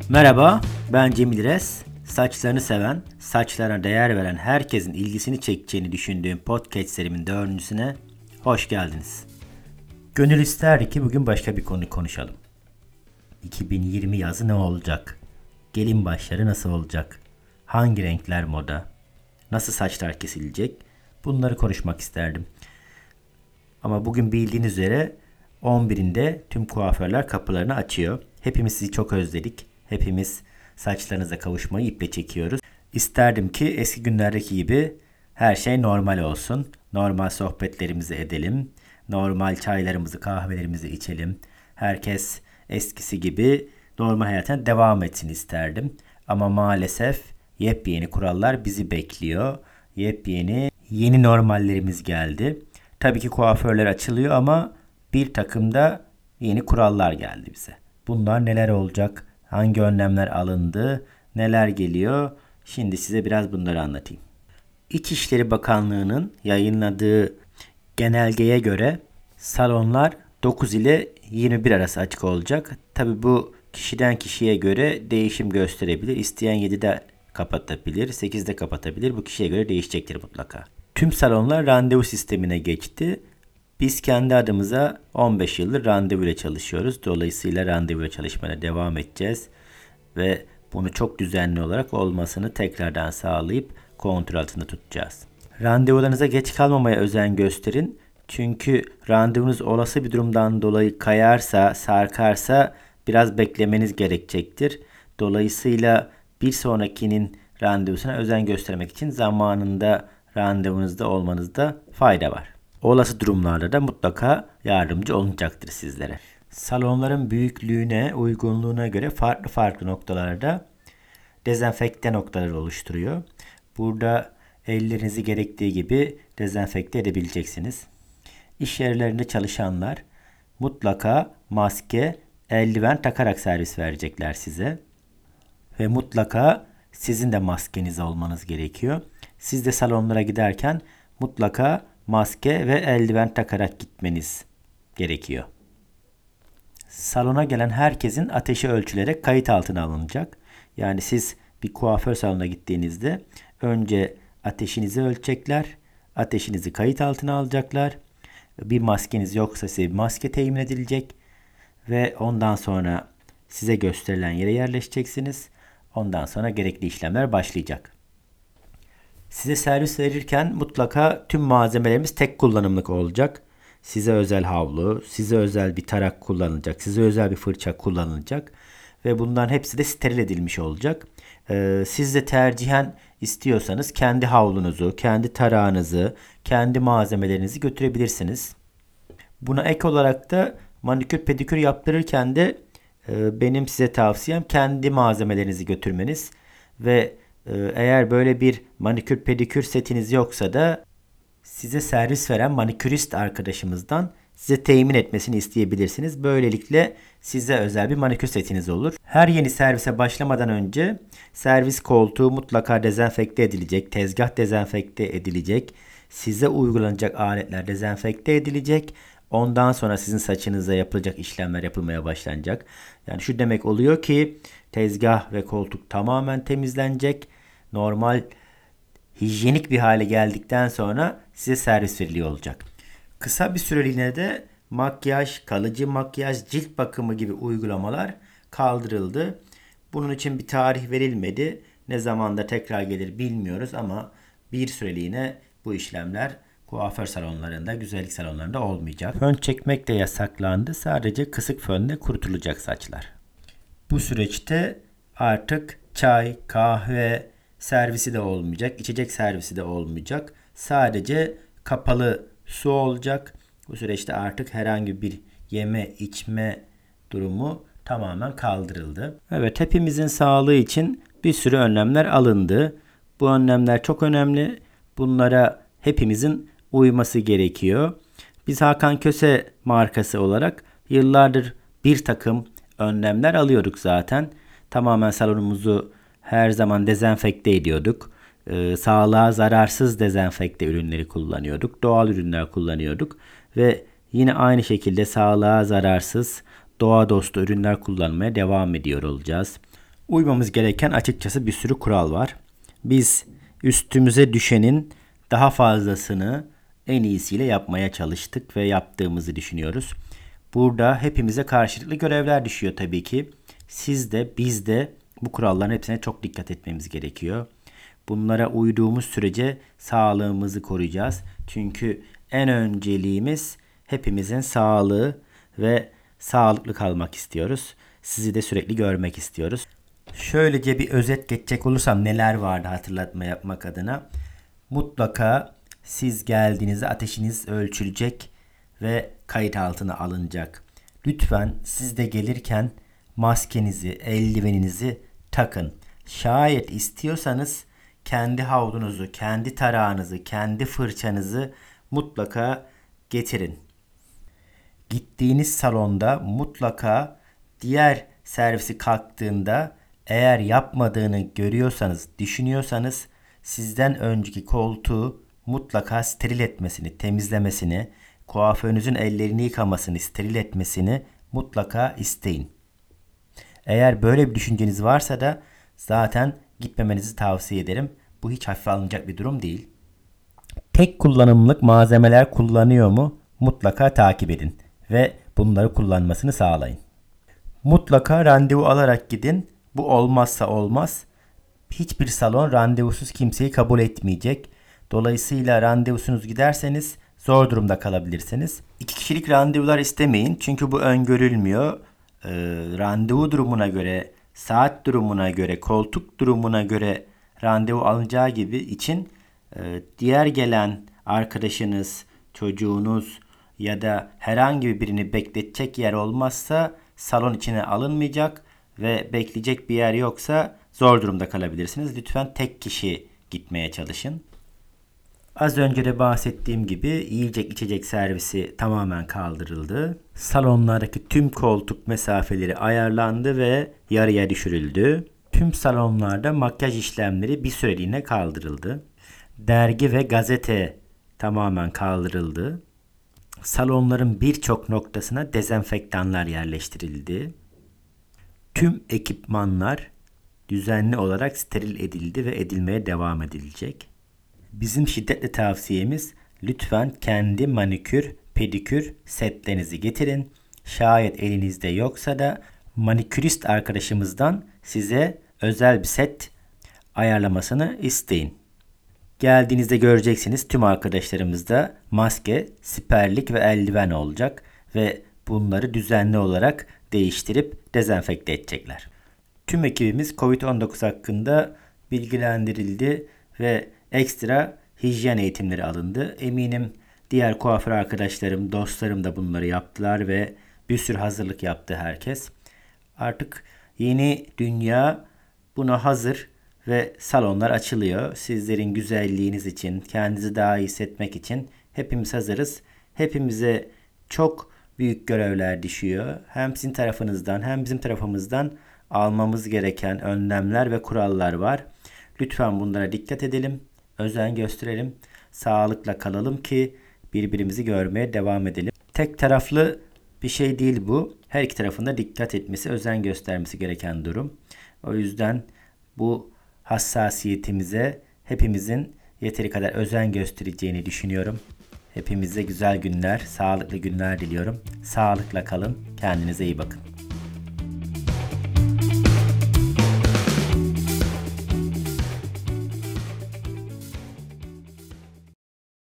Merhaba, ben Cemil Res. Saçlarını seven, saçlarına değer veren herkesin ilgisini çekeceğini düşündüğüm podcast serimin dördüncüsüne hoş geldiniz. Gönül isterdi ki bugün başka bir konu konuşalım. 2020 yazı ne olacak? Gelin başları nasıl olacak? Hangi renkler moda? Nasıl saçlar kesilecek? Bunları konuşmak isterdim. Ama bugün bildiğiniz üzere 11'inde tüm kuaförler kapılarını açıyor. Hepimiz sizi çok özledik. Hepimiz saçlarınıza kavuşmayı iple çekiyoruz. İsterdim ki eski günlerdeki gibi her şey normal olsun. Normal sohbetlerimizi edelim. Normal çaylarımızı, kahvelerimizi içelim. Herkes eskisi gibi normal hayatına devam etsin isterdim. Ama maalesef yepyeni kurallar bizi bekliyor. Yeni normallerimiz geldi. Tabii ki kuaförler açılıyor ama bir takım da yeni kurallar geldi bize. Bunlar neler olacak? Hangi önlemler alındı? Neler geliyor? Şimdi size biraz bunları anlatayım. İçişleri Bakanlığı'nın yayınladığı genelgeye göre salonlar 9 ile 21 arası açık olacak. Tabii bu kişiden kişiye göre değişim gösterebilir. İsteyen 7'de kapatabilir, 8'de kapatabilir. Bu kişiye göre değişecektir mutlaka. Tüm salonlar randevu sistemine geçti. Biz kendi adımıza 15 yıldır randevu ile çalışıyoruz. Dolayısıyla randevu ile çalışmaya devam edeceğiz. Ve bunu çok düzenli olarak olmasını tekrardan sağlayıp kontrol altında tutacağız. Randevularınıza geç kalmamaya özen gösterin. Çünkü randevunuz olası bir durumdan dolayı kayarsa, sarkarsa biraz beklemeniz gerekecektir. Dolayısıyla bir sonrakinin randevusuna özen göstermek için zamanında randevunuzda olmanızda fayda var. Olası durumlarda da mutlaka yardımcı olacaktır sizlere. Salonların büyüklüğüne, uygunluğuna göre farklı noktalarda dezenfekte noktaları oluşturuyor. Burada ellerinizi gerektiği gibi dezenfekte edebileceksiniz. İş yerlerinde çalışanlar mutlaka maske, eldiven takarak servis verecekler size. Ve mutlaka sizin de maskeniz olmanız gerekiyor. Siz de salonlara giderken mutlaka maske ve eldiven takarak gitmeniz gerekiyor. Salona gelen herkesin ateşi ölçülerek kayıt altına alınacak. Yani siz bir kuaför salonuna gittiğinizde önce ateşinizi ölçecekler. Ateşinizi kayıt altına alacaklar. Bir maskeniz yoksa size bir maske temin edilecek. Ve ondan sonra size gösterilen yere yerleşeceksiniz. Ondan sonra gerekli işlemler başlayacak. Size servis verirken mutlaka tüm malzemelerimiz tek kullanımlık olacak. Size özel havlu, size özel bir tarak kullanılacak, size özel bir fırça kullanılacak. Ve bunların hepsi de steril edilmiş olacak. Siz de tercihen istiyorsanız kendi havlunuzu, kendi tarağınızı, kendi malzemelerinizi götürebilirsiniz. Buna ek olarak da manikür pedikür yaptırırken de benim size tavsiyem kendi malzemelerinizi götürmeniz ve eğer böyle bir manikür pedikür setiniz yoksa da size servis veren manikürist arkadaşımızdan size temin etmesini isteyebilirsiniz. Böylelikle size özel bir manikür setiniz olur. Her yeni servise başlamadan önce servis koltuğu mutlaka dezenfekte edilecek, tezgah dezenfekte edilecek, size uygulanacak aletler dezenfekte edilecek. Ondan sonra sizin saçınıza yapılacak işlemler yapılmaya başlanacak. Yani şu demek oluyor ki tezgah ve koltuk tamamen temizlenecek. Normal hijyenik bir hale geldikten sonra size servis veriliyor olacak. Kısa bir süreliğine de makyaj, kalıcı makyaj, cilt bakımı gibi uygulamalar kaldırıldı. Bunun için bir tarih verilmedi. Ne zamanda tekrar gelir bilmiyoruz ama bir süreliğine bu işlemler kuaför salonlarında, güzellik salonlarında olmayacak. Fön çekmek de yasaklandı. Sadece kısık fönle kurutulacak saçlar. Bu süreçte artık çay, kahve servisi de olmayacak. İçecek servisi de olmayacak. Sadece kapalı su olacak. Bu süreçte artık herhangi bir yeme içme durumu tamamen kaldırıldı. Evet, hepimizin sağlığı için bir sürü önlemler alındı. Bu önlemler çok önemli. Bunlara hepimizin uyması gerekiyor. Biz Hakan Köse markası olarak yıllardır bir takım önlemler alıyorduk zaten. Tamamen salonumuzu her zaman dezenfekte ediyorduk. Sağlığa zararsız dezenfekte ürünleri kullanıyorduk. Doğal ürünler kullanıyorduk. Ve yine aynı şekilde sağlığa zararsız, doğa dostu ürünler kullanmaya devam ediyor olacağız. Uymamız gereken açıkçası bir sürü kural var. Biz üstümüze düşenin daha fazlasını en iyisiyle yapmaya çalıştık ve yaptığımızı düşünüyoruz. Burada hepimize karşılıklı görevler düşüyor tabii ki. Siz de biz de bu kuralların hepsine çok dikkat etmemiz gerekiyor. Bunlara uyduğumuz sürece sağlığımızı koruyacağız. Çünkü en önceliğimiz hepimizin sağlığı ve sağlıklı kalmak istiyoruz. Sizi de sürekli görmek istiyoruz. Şöylece bir özet geçecek olursam neler vardı hatırlatma yapmak adına. Mutlaka siz geldiğinizde ateşiniz ölçülecek ve kayıt altına alınacak. Lütfen siz de gelirken maskenizi, eldiveninizi takın. Şayet istiyorsanız kendi havlunuzu, kendi tarağınızı, kendi fırçanızı mutlaka getirin. Gittiğiniz salonda mutlaka diğer servisi kalktığında eğer yapmadığını görüyorsanız, düşünüyorsanız sizden önceki koltuğu mutlaka steril etmesini, temizlemesini, kuaförünüzün ellerini yıkamasını, steril etmesini mutlaka isteyin. Eğer böyle bir düşünceniz varsa da zaten gitmemenizi tavsiye ederim. Bu hiç hafife alınacak bir durum değil. Tek kullanımlık malzemeler kullanıyor mu? Mutlaka takip edin ve bunları kullanmasını sağlayın. Mutlaka randevu alarak gidin. Bu olmazsa olmaz. Hiçbir salon randevusuz kimseyi kabul etmeyecek. Dolayısıyla randevusuz giderseniz zor durumda kalabilirsiniz. 2 kişilik randevular istemeyin. Çünkü bu öngörülmüyor. Randevu durumuna göre, saat durumuna göre, koltuk durumuna göre randevu alınacağı gibi için diğer gelen arkadaşınız, çocuğunuz ya da herhangi birini bekletecek yer olmazsa salon içine alınmayacak ve bekleyecek bir yer yoksa zor durumda kalabilirsiniz. Lütfen tek kişi gitmeye çalışın. Az önce de bahsettiğim gibi yiyecek içecek servisi tamamen kaldırıldı. Salonlardaki tüm koltuk mesafeleri ayarlandı ve yarıya düşürüldü. Tüm salonlarda makyaj işlemleri bir süreliğine kaldırıldı. Dergi ve gazete tamamen kaldırıldı. Salonların birçok noktasına dezenfektanlar yerleştirildi. Tüm ekipmanlar düzenli olarak steril edildi ve edilmeye devam edilecek. Bizim şiddetle tavsiyemiz lütfen kendi manikür, pedikür setlerinizi getirin. Şayet elinizde yoksa da manikürist arkadaşımızdan size özel bir set ayarlamasını isteyin. Geldiğinizde göreceksiniz tüm arkadaşlarımızda maske, siperlik ve eldiven olacak ve bunları düzenli olarak değiştirip dezenfekte edecekler. Tüm ekibimiz COVID-19 hakkında bilgilendirildi ve ekstra hijyen eğitimleri alındı. Eminim diğer kuaför arkadaşlarım, dostlarım da bunları yaptılar ve bir sürü hazırlık yaptı herkes. Artık yeni dünya buna hazır ve salonlar açılıyor. Sizlerin güzelliğiniz için, kendinizi daha iyi hissetmek için hepimiz hazırız. Hepimize çok büyük görevler düşüyor. Hem sizin tarafınızdan hem bizim tarafımızdan almamız gereken önlemler ve kurallar var. Lütfen bunlara dikkat edelim, özen gösterelim, sağlıkla kalalım ki birbirimizi görmeye devam edelim. Tek taraflı bir şey değil bu. Her iki tarafında dikkat etmesi, özen göstermesi gereken durum. O yüzden bu hassasiyetimize hepimizin yeteri kadar özen göstereceğini düşünüyorum. Hepimize güzel günler, sağlıklı günler diliyorum. Sağlıkla kalın, kendinize iyi bakın.